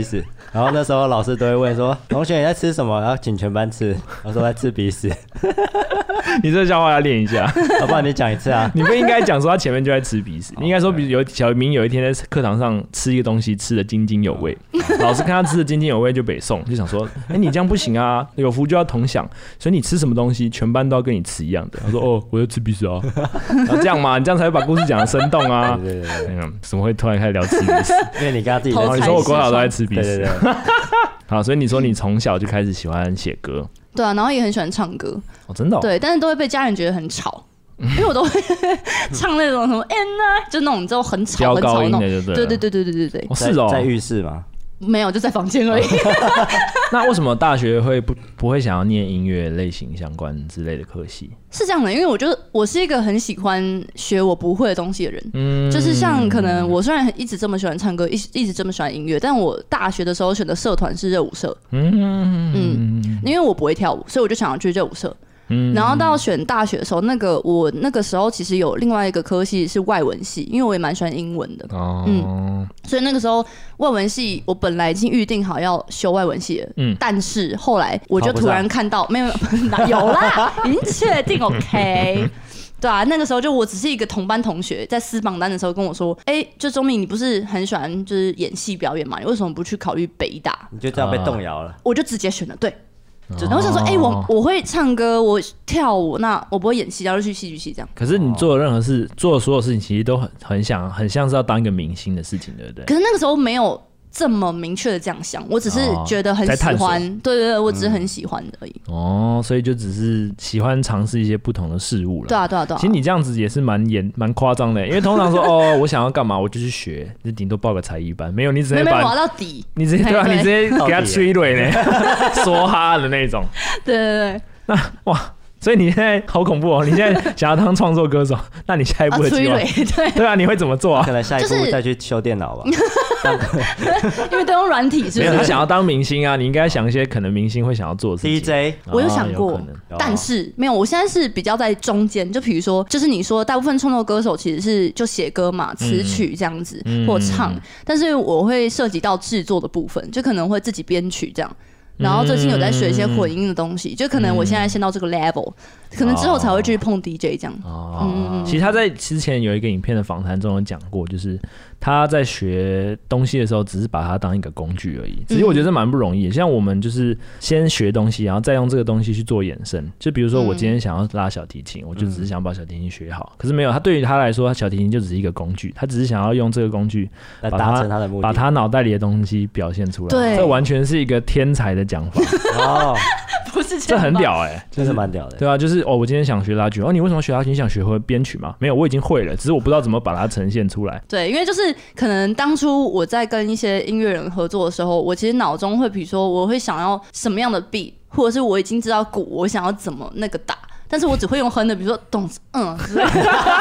然后那时候老师都会问说：“同学你在吃什么？”然后请全班吃，我说在吃鼻屎。 你这个笑话要练一下， 要不然你讲一次啊？ 你不应该讲说他前面就在吃鼻屎，你应该说，比如小明有一天在课堂上吃一个东西，吃得津津有味，老师看他吃得津津有味就北宋，就想说，你这样不行啊，有福就要同享，所以你吃什么东西，全班都要跟你吃一样的。他说，哦，我要吃鼻屎啊，然后这样嘛，你这样才会把故事讲得生动啊。 对， 怎么会突然开始聊吃鼻屎？ 因为你刚刚自己你说我国小都在吃鼻屎， 对。 好，所以你说你从小就开始喜欢写歌。 对啊，然后也很喜欢唱歌。 哦，真的哦？ 对，但是都会被家人觉得很吵，因为我都会唱那种什么就那种之后很吵很吵那种。对。 哦，是哦， 在浴室吗？ 没有，就在房间而已。 那为什么大学会不会想要念音乐类型相关之类的科系？ 是这样的，因为我是一个很喜欢学我不会的东西的人。就是像可能我虽然一直这么喜欢唱歌，一直这么喜欢音乐，但我大学的时候选的社团是热舞社。因为我不会跳舞，所以我就想要去热舞社。然后到选大学的时候，我那个时候其实有另外一个科系是外文系，因为我也蛮喜欢英文的。所以那个时候外文系我本来已经预定好要修外文系了，但是后来我就突然看到没有有啦，已经确定 OK。对啊，那个时候就我只是一个同班同学，在撕榜单的时候跟我说，就钟明你不是很喜欢就是演戏表演嘛，你为什么不去考虑北大？ 你就这样被动摇了。 我就直接选了，对。然后我想说，我会唱歌，我跳舞，那我不会演戏，然后就去戏剧系这样。 可是你做的任何事，做的所有事情，其实都很像是要当一个明星的事情，对不对？ 可是那个时候没有这么明确的这样想，我只是觉得很喜欢，对，我只是很喜欢而已。 所以就只是喜欢尝试一些不同的事物了。 对啊。 其实你这样子也是蛮夸张的，因为通常说我想要干嘛，我就去学，就顶多报个才艺班，没有你直接把玩到底， 你直接对啊，你直接给他催泪呢，梭哈的那种。 对。 那哇。所以你现在好恐怖哦！你现在想要当创作歌手，那你下一步的计划？对啊，你会怎么做啊？ 可能下一步再去修电脑吧。 因为都用软体，是不是？ 没有，他想要当明星啊！你应该想一些可能明星会想要做的事情。 DJ， 我有想过，但是没有。我现在是比较在中间，就比如说，就是你说大部分创作歌手其实是就写歌嘛，词曲这样子或唱，但是我会涉及到制作的部分，就可能会自己编曲这样。然后最近有在学一些混音的东西，就可能我现在先到这个 level，可能之后才会去碰 DJ 这样。 其实他在之前有一个影片的访谈中有讲过，就是他在学东西的时候，只是把它当一个工具而已。其实我觉得这蛮不容易的。像我们就是先学东西，然后再用这个东西去做衍生。就比如说我今天想要拉小提琴，我就只是想把小提琴学好。可是没有，他对于他来说，小提琴就只是一个工具，他只是想要用这个工具来达成他的目的， 把他脑袋里的东西表现出来。 对， 这完全是一个天才的讲法。 不是这样， 这很屌真是蛮屌的。 对啊，就是我今天想学拉曲，你为什么学拉曲？你想学会编曲吗？没有，我已经会了，只是我不知道怎么把它呈现出来。 对，因为就是可能当初我在跟一些音乐人合作的时候，我其实脑中会比如说我会想要什么样的 beat， 或者是我已经知道鼓我想要怎么那个打。但是我只会用哼的，比如说咚之类的，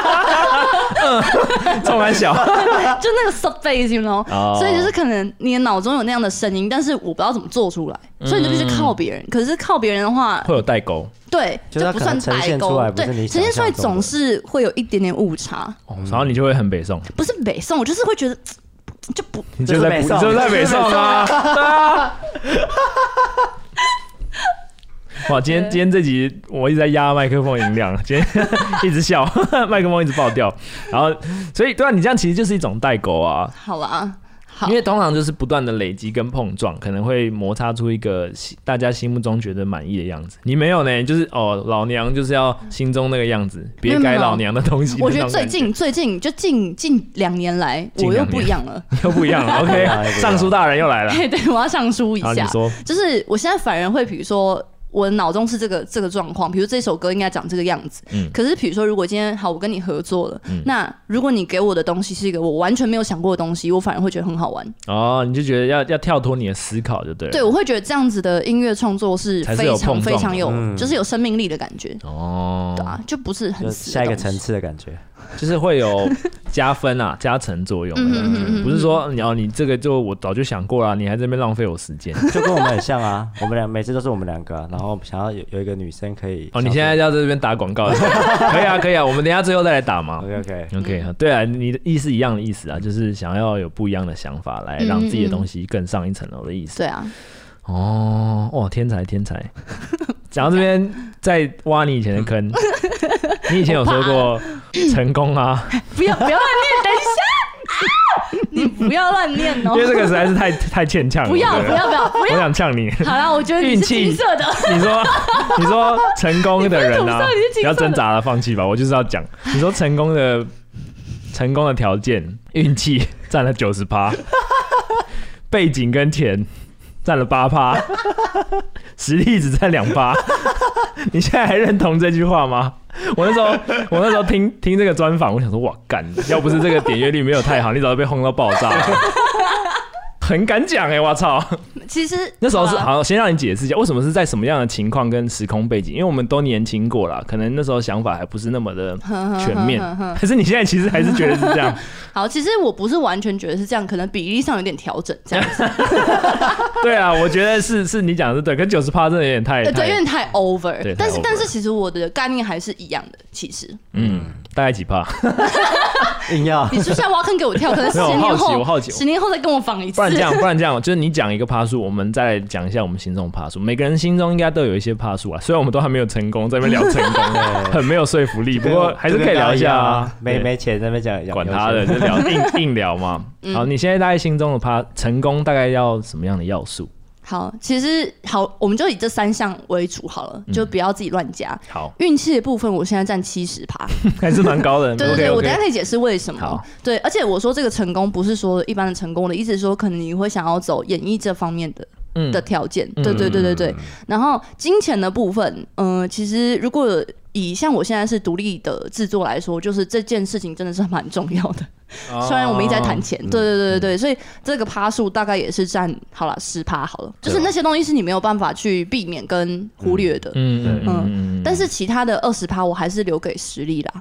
冲很小， 就那个 sub bass，you know，所以就是可能你的脑中有那样的声音，但是我不知道怎么做出来，所以你就必须靠别人。可是靠别人的话， 会有代沟， 对，就不算代沟，对，呈现出来总是会有一点点误差， 然后你就会很北宋， 不是北宋，我就是会觉得就不， 你就在北宋啊，对啊。哇，今天这集我一直在压麦克风音量，今天一直笑，麦克风一直爆掉，然后所以对啊，你这样其实就是一种代沟啊。 好啦， 因为通常就是不断的累积跟碰撞，可能会摩擦出一个大家心目中觉得满意的样子。你没有呢，就是老娘就是要心中那个样子，别改老娘的东西。 我觉得最近就近2年来，我又不一样了， 又不一样了。OK， 尚书大人又来了。 对，我要上书一下。 你说， 就是我现在反而会，比如说。我脑中是这个状况，比如这首歌应该长这个样子。可是比如说，如果今天好，我跟你合作了，那如果你给我的东西是一个我完全没有想过的东西，我反而会觉得很好玩。 你就觉得要跳脱你的思考，就对了。 对，我会觉得这样子的音乐创作是非常有，就是有生命力的感觉。对啊，就不是很死的下一个层次的感觉。 就是会有加分啊、加成作用的感觉，不是说你这个就我早就想过了，你还在那边浪费我时间， 就跟我们很像啊。我们每次都是我们2个、啊，然后想要有一个女生可以。 哦，你现在要在这边打广告，可以啊，可以啊，我们等一下最后再来打嘛。OK， 对啊，你的意思一样的意思啊，就是想要有不一样的想法来让自己的东西更上一层楼的意思。 对啊。 哦，哇，天才！讲到这边，再挖你以前的坑，你以前有说过成功啊？ 不要乱念，等一下，你不要乱念哦， 因为这个实在是太欠呛了。不要， 我想呛你。 好啦，我觉得你是金色的。 你说成功的人啊，不要挣扎了，放弃吧，我就是要讲。你说成功的条件，运气占了90%，背景跟钱占了8%，实力只占2%。你现在还认同这句话吗？我那时候听这个专访，我想说，哇干，要不是这个点阅率没有太好，你早就被轰到爆炸了。很敢讲我操！ 其实那时候是好，先让你解释一下，为什么是在什么样的情况跟时空背景？因为我们都年轻过了，可能那时候想法还不是那么的全面。可是你现在其实还是觉得是这样。 好，其实我不是完全觉得是这样，可能比例上有点调整这样子。 对啊，我觉得是你讲的是对，跟90%真的有点太对，有点太 over。 对， 但是其实我的概念还是一样的，其实。 大概几%？ 硬要你是不是要挖坑给我跳？可能我好奇 10年后再跟我访一次。 不然这样，就是你讲一个趴数，我们再来讲一下我们心中的趴数。每个人心中应该都有一些趴数啊，虽然我们都还没有成功，在那边聊成功，很没有说服力。不过还是可以聊一下啊。 没钱在那边讲， 管他的，就聊硬聊嘛。好，你现在大概心中的成功大概要什么样的要素？ 好，其实好，我们就以这3项为主好了，就不要自己乱加。 好， 运气的部分我现在占70%， 还是蛮高的。 对，我等一下可以解释为什么。对，而且我说这个成功不是说一般的成功，我的意思是说，可能你会想要走演艺这方面的条件。对。然后金钱的部分，其实如果以像我现在是独立的制作来说，就是这件事情真的是蛮重要的。虽然我们一直在谈钱，对，所以这个趴数大概也是占好了10%好了，就是那些东西是你没有办法去避免跟忽略的，但是其他的20%我还是留给实力啦。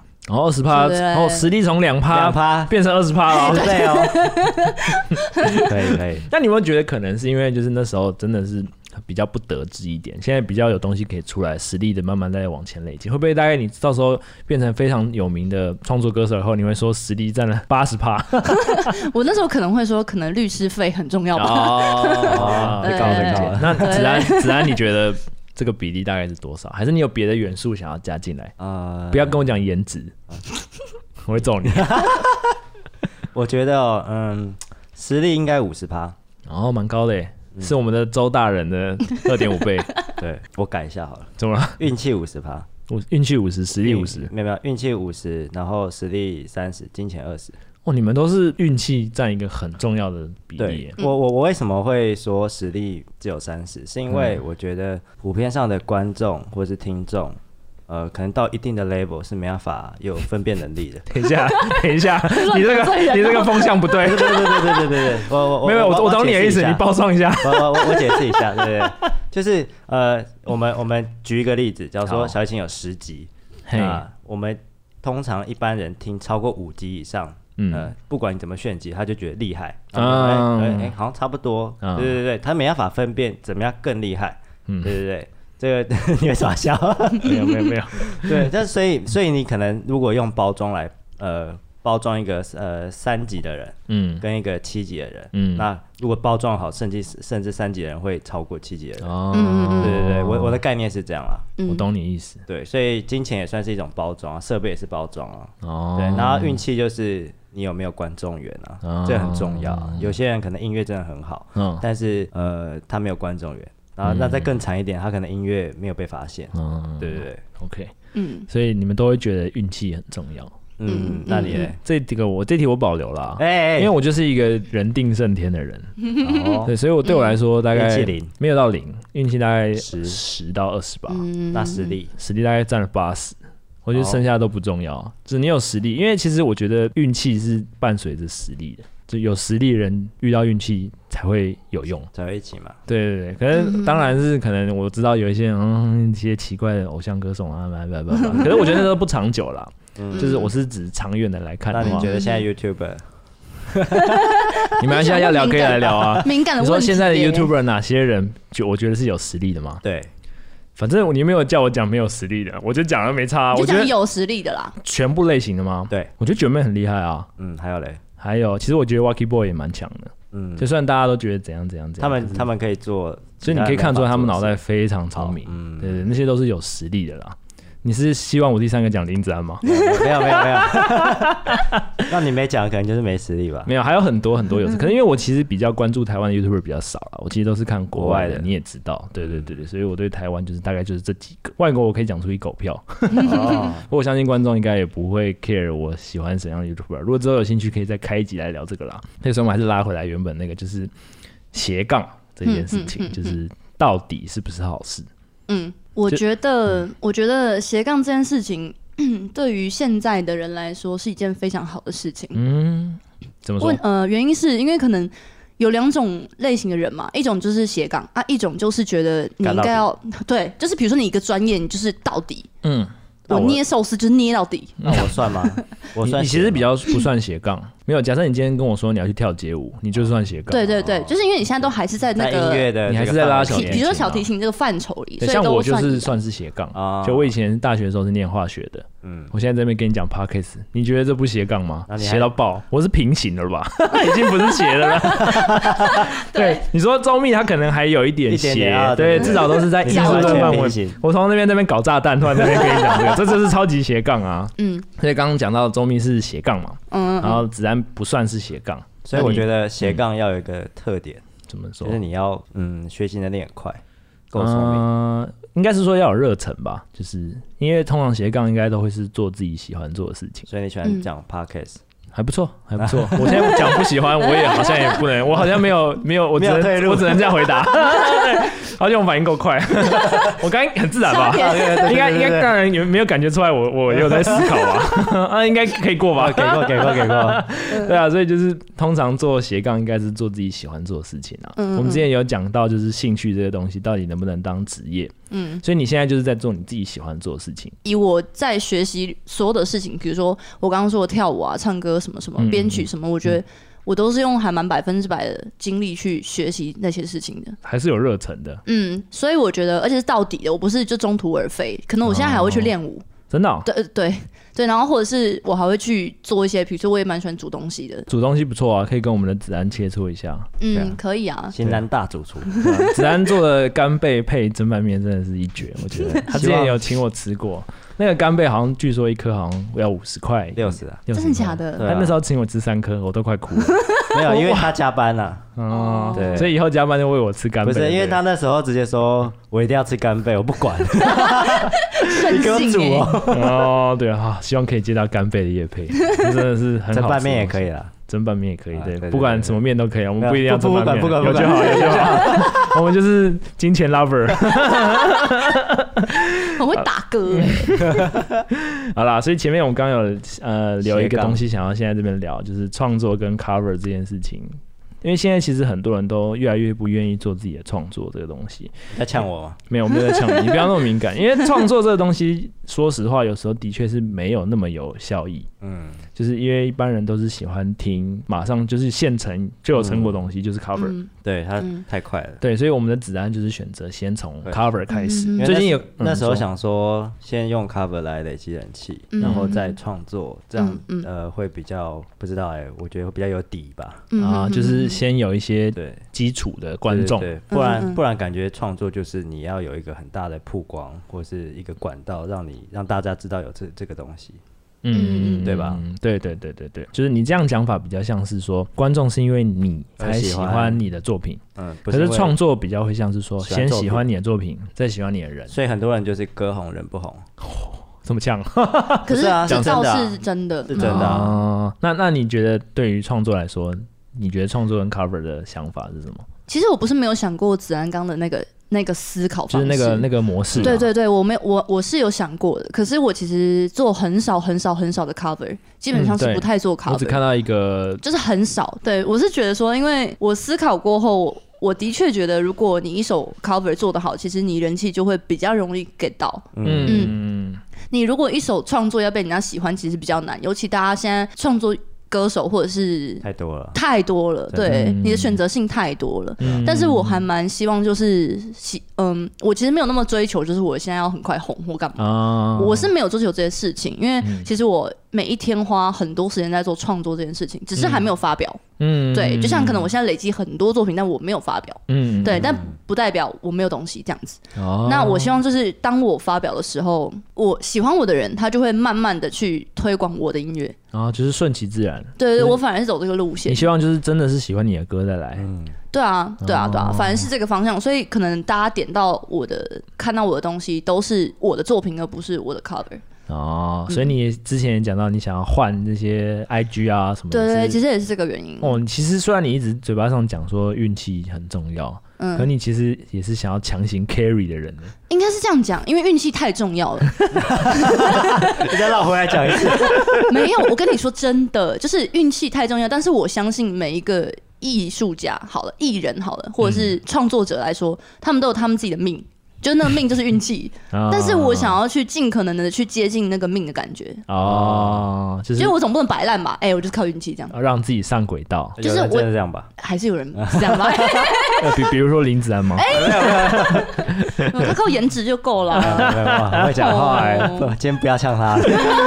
20%，实力从2%变成20%了， 对哦，可以。 那你有没有觉得可能是因为就是那时候真的是比较不得志一点，现在比较有东西可以出来，实力的慢慢在往前累积，会不会大概你到时候变成非常有名的创作歌手以后，你会说实力占了80%？ 我那时候可能会说，可能律师费很重要吧。 太高了。 那子安，你觉得这个比例大概是多少？还是你有别的元素想要加进来？不要跟我讲颜值，我会揍你。 我觉得实力应该50%， 蛮高的耶。是我们的周大人的2.5倍。 对，我改一下好了。 怎么了？ 运气50%， 运气50%，实力50%。 没有，运气50%，然后实力30%，金钱20%。 你们都是运气占一个很重要的比例。 我为什么会说实力只有30%？是因为我觉得普遍上的观众或是听众。可能到一定的 level 是没办法有分辨能力的。等一下，你这个风向不对。对，我懂你的意思，你包装一下。 我解释一下，对不对？就是我们举一个例子，假如说小提琴有10集，我们通常一般人听超过5集以上，不管你怎么炫技，他就觉得厉害。好像差不多。对，他没办法分辨怎么样更厉害。对。这个你会傻笑？ 没有。 对，但所以你可能如果用包装来包装一个3级的人，跟一个7级的人，那如果包装好，甚至3级的人会超过7级的人。对，我的概念是这样啦。 我懂你意思。 对，所以金钱也算是一种包装啊，设备也是包装啊。对，然后运气就是你有没有观众缘啊，这很重要啊。有些人可能音乐真的很好，但是他没有观众缘。然后那再更惨一点，他可能音乐没有被发现。对 ，OK，所以你们都会觉得运气很重要。 那你呢？ 这题我保留了，因为我就是一个人定胜天的人。对，所以对我来说大概没有到0，运气大概10到20吧。 那实力大概占了80。我觉得剩下都不重要，只你有实力，因为其实我觉得运气是伴随着实力的。就有实力的人遇到运气才会有用， 才会一起嘛。 对，可是当然是可能我知道有一些一些奇怪的偶像歌手啊，可是我觉得那都不长久啦。 就是我是指长远的来看的话。 那你觉得现在 YouTuber？ 你们现在要聊可以来聊啊， 敏感的问题。 你说现在的 YouTuber 哪些人我觉得是有实力的吗？ 对， 反正你没有叫我讲没有实力的，我就讲了没差。 就讲有实力的啦。 全部类型的吗？ 对， 我觉得九妹很厉害啊。 还有嘞， 还有，其实我觉得 Wacky Boy 也蛮强的。就算大家都觉得怎样， 他们可以做， 所以你可以看出来他们脑袋非常聪明。对，那些都是有实力的啦。你是希望我第三个讲林子安吗？ 没有，那你没讲，可能就是没实力吧。 没有，还有很多很多有，可能因为我其实比较关注台湾的 YouTuber 比较少啦，我其实都是看国外的，你也知道，对，所以我对台湾就是大概就是这几个，外国我可以讲出一狗票。我相信观众应该也不会 care 我喜欢怎样的 YouTuber， 如果之后有兴趣可以再开一集来聊这个啦。所以说我们还是拉回来原本那个就是斜杠这件事情，就是到底是不是好事？ 我觉得斜杠这件事情，对于现在的人来说是一件非常好的事情。 怎么说？ 原因是因为可能有2种类型的人嘛，一种就是斜杠啊，一种就是觉得你应该要对，就是比如说你一个专业，你就是到底。我捏寿司就是捏到底。 那我算吗？我算。 你其实比较不算斜杠。没有，假设你今天跟我说你要去跳街舞，你就算斜杠。 对，就是因为你现在都还是在那个音乐的， 你还是在拉小提琴， 比如说小提琴这个范畴里。 像我就是算是斜杠。就我以前大学的时候是念化学的。我现在在这边跟你讲 Podcast， 你觉得这不斜杠吗？斜到爆，我是平行的了吧？已经不是斜的了。对，你说周密他可能还有一点斜，对，至少都是在艺术的范围。我从那边搞炸弹，突然那边跟你讲这个，这就是超级斜杠啊。所以刚刚讲到周密是斜杠嘛，然后子安不算是斜杠， 所以我觉得斜杠要有一个特点， 怎么说？ 就是你要学习能力很快，够聪明。 应该是说要有热忱吧，就是因为通常斜杠应该都会是做自己喜欢做的事情， 所以你喜欢讲 podcast。 还不错。我现在讲不喜欢，我也好像也不能，我好像没有，我只能这样回答。好像我反应够快，我刚刚很自然吧？应该当然没有感觉出来，我有在思考吧？应该可以过吧？ 给过。 对啊，所以就是通常做斜杠应该是做自己喜欢做的事情啊。我们之前有讲到，就是兴趣这些东西到底能不能当职业？所以你现在就是在做你自己喜欢做的事情。 以我在学习所有的事情，比如说我刚刚说的跳舞啊、唱歌什么什么、编曲什么，我觉得我都是用还蛮100%的精力去学习那些事情的， 还是有热忱的。 所以我觉得，而且是到底的，我不是就中途而废。可能我现在还会去练舞。 真的？ 对，然后或者是我还会去做一些，比如说我也蛮喜欢煮东西的。 煮东西不错啊，可以跟我们的子安切磋一下。 可以啊。 新南大主厨， 子安做的干贝配蒸拌面真的是一绝，我觉得。他之前有请我吃过，那个干贝好像据说1颗好像要50块 ，60啊， 真的假的？ 他那时候请我吃3颗，我都快哭了。 没有，因为他加班了。 对，所以以后加班就喂我吃干贝。 不是，因为他那时候直接说我一定要吃干贝，我不管。 你给我煮哦。 对啊，希望可以接到干贝的业配，真的是很好吃。 蒸拌面也可以啦。 蒸拌面也可以，对，不管什么面都可以，我们不一定要蒸拌面， 不管有就好。我们就是金钱 lover。 很会打歌。 好啦，所以前面我们刚刚有聊一个东西，想要现在这边聊，就是创作跟 cover 这件事情。因为现在其实很多人都越来越不愿意做自己的创作这个东西。 在呛我吗？ 没有，我没有在呛你，你不要那么敏感。因为创作这个东西，说实话，有时候的确是没有那么有效益。就是因为一般人都是喜欢听马上就是现成就有成果的东西，就是 cover。 对，它太快了。 对，所以我们的子安就是选择先从 cover 开始。 最近有那时候想说，先用 cover 来累积人气，然后再创作，这样会比较不知道我觉得会比较有底吧。 就是先有一些基础的观众， 对，不然感觉创作就是你要有一个很大的曝光，或是一个管道，让大家知道有这个东西。对吧？ 对，就是你这样讲法比较像是说，观众是因为你才喜欢你的作品，可是创作比较会像是说，先喜欢你的作品，再喜欢你的人， 所以很多人就是歌红人不红， 这么呛。 可是这倒是真的， 是真的啊。 那你觉得对于创作来说，你觉得创作跟 cover 的想法是什么？ 其实我不是没有想过子安刚的那个思考方式， 就是那个模式。 对，我是有想过的，可是我其实做很少的 cover， 基本上是不太做 cover。 我只看到一个， 就是很少。对，我是觉得说，因为我思考过后， 我的确觉得，如果你一首 cover 做得好，其实你人气就会比较容易 get 到。你如果一首创作要被人家喜欢，其实比较难，尤其大家现在创作歌手或者是太多了，对，你的选择性太多了。但是我还蛮希望就是我其实没有那么追求，就是我现在要很快红或干嘛。我是没有追求这些事情，因为其实我每一天花很多时间在做创作这件事情，只是还没有发表。对，就像可能我现在累积很多作品，但我没有发表。对，但不代表我没有东西这样子。那我希望就是当我发表的时候，我喜欢我的人，他就会慢慢的去推广我的音乐。 就是顺其自然。 对，我反而是走这个路线。 你希望就是真的是喜欢你的歌再来。 对啊，反正是这个方向，所以可能大家点到看到我的东西，都是我的作品，而不是我的 cover。 所以你之前也讲到你想要换这些 IG 啊什么的。 对，其实也是这个原因。 其实虽然你一直嘴巴上讲说运气很重要，可你其实也是想要强行 carry 的人呢。 应该是这样讲，因为运气太重要了。 你再绕回来讲一次。 没有，我跟你说真的，就是运气太重要。但是我相信每一个艺术家好了，艺人好了，或者是创作者来说，他们都有他们自己的命。就那个命就是运气，但是我想要去尽可能的去接近那个命的感觉。就是我总不能摆烂吧？我就是靠运气这样， 让自己上轨道。 就是我真的这样吧？ 还是有人是这样吧？ 比如说林子安吗？ 他靠颜值就够了。 很会讲话今天不要呛他。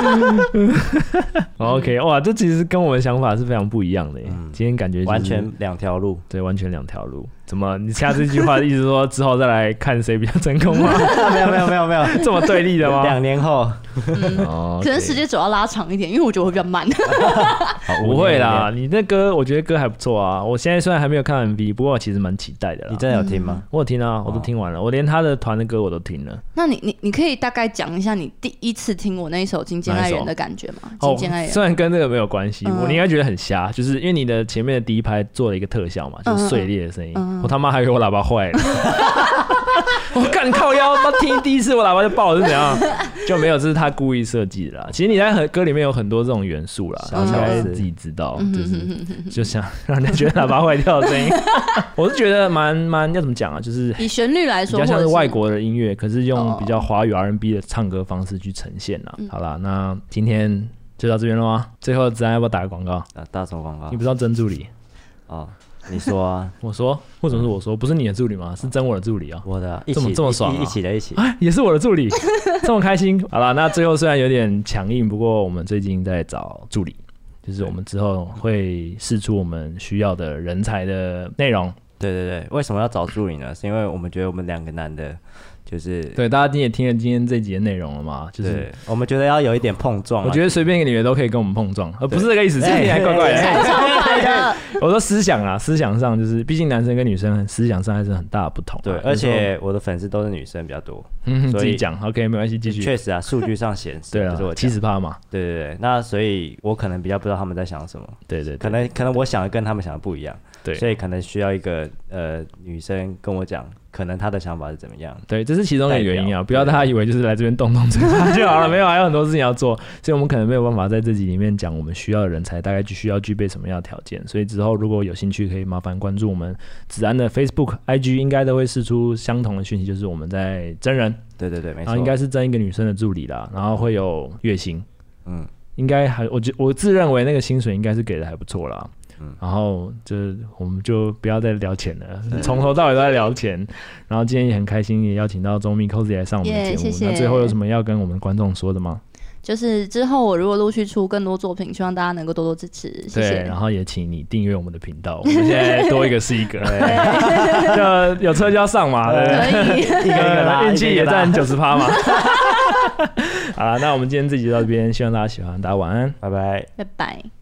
OK， 哇，这其实跟我们想法是非常不一样的耶。今天感觉完全两条路。 对，完全两条路。怎么？你下这句话意思说之后再来看谁比较成功吗？ 没有， 这么对立的吗 ？2年后， 可能时间轴要拉长一点，因为我觉得会比较慢。 不会啦，你那歌我觉得歌还不错啊。我现在虽然还没有看 MV， 不过我其实蛮期待的啦。 你真的有听吗？ 我有听啊，我都听完了，我连他的团的歌我都听了。 那你可以大概讲一下你第一次听我那一首《金剑爱人》的感觉吗？金剑爱人虽然跟这个没有关系，我应该觉得很瞎，就是因为你的前面的第一拍做了一个特效嘛，就是碎裂的声音，我他妈还以为我喇叭坏了。我干靠腰，他听第一次我喇叭就爆了是怎样？就没有，这是他故意设计的啦。其实你在歌里面有很多这种元素啦，应该自己知道，就想让人家觉得喇叭坏掉的声音。我是觉得蛮要怎么讲啊？就是以旋律来说， 比较像是外国的音乐，可是用比较华语 R&B 的唱歌方式去呈现啦。好啦，那今天就到这边了吗？最后子安要不要打个广告？ 打什么广告？ 你不知道真助理？ 你说啊， 我说，为什么是我说？不是你的助理吗？是真我的助理啊！ 我的， 这么爽， 一起的， 也是我的助理，这么开心。好了，那最后虽然有点强硬，不过我们最近在找助理，就是我们之后会释出我们需要的人才的内容。 对，为什么要找助理呢？是因为我们觉得我们2个男的。就是对，大家也听了今天这集的内容了嘛？就是我们觉得要有一点碰撞。 我觉得随便一个女人都可以跟我们碰撞，而不是这个意思。今天还怪怪的。我说思想啊，思想上就是，毕竟男生跟女生思想上还是很大的不同。 对，而且我的粉丝都是女生比较多。 自己讲 OK， 没关系，继续。 确实啊，数据上显示， 对啊，70%嘛。 对，那所以我可能比较不知道他们在想什么。 对， 可能我想的跟他们想的不一样。 对， 所以可能需要一个女生跟我讲，可能她的想法是怎么样。 对，这是其中的原因啊，不要大家以为就是来这边动嘴巴就好了，没有，还有很多事情要做，所以我们可能没有办法在这集里面讲我们需要的人才大概就需要具备什么样的条件。所以之后如果有兴趣，可以麻烦关注我们子安的 Facebook、IG， 应该都会释出相同的讯息，就是我们在征人。对，没错。然后应该是征一个女生的助理啦，然后会有月薪，应该还我自认为那个薪水应该是给的还不错啦。然后我们就不要再聊钱了，从头到尾都在聊钱。然后今天也很开心，也邀请到周密 Cozy 来上我们的节目。 谢谢。 那最后有什么要跟我们观众说的吗？ 就是之后我如果陆续出更多作品，希望大家能够多多支持，谢谢。 对，然后也请你订阅我们的频道，我们现在多一个是一个，就有车就要上嘛， 可以， 一个拉， 运气也占90%嘛。好了，那我们今天这集就到这边，希望大家喜欢，大家晚安， 拜拜， 拜拜。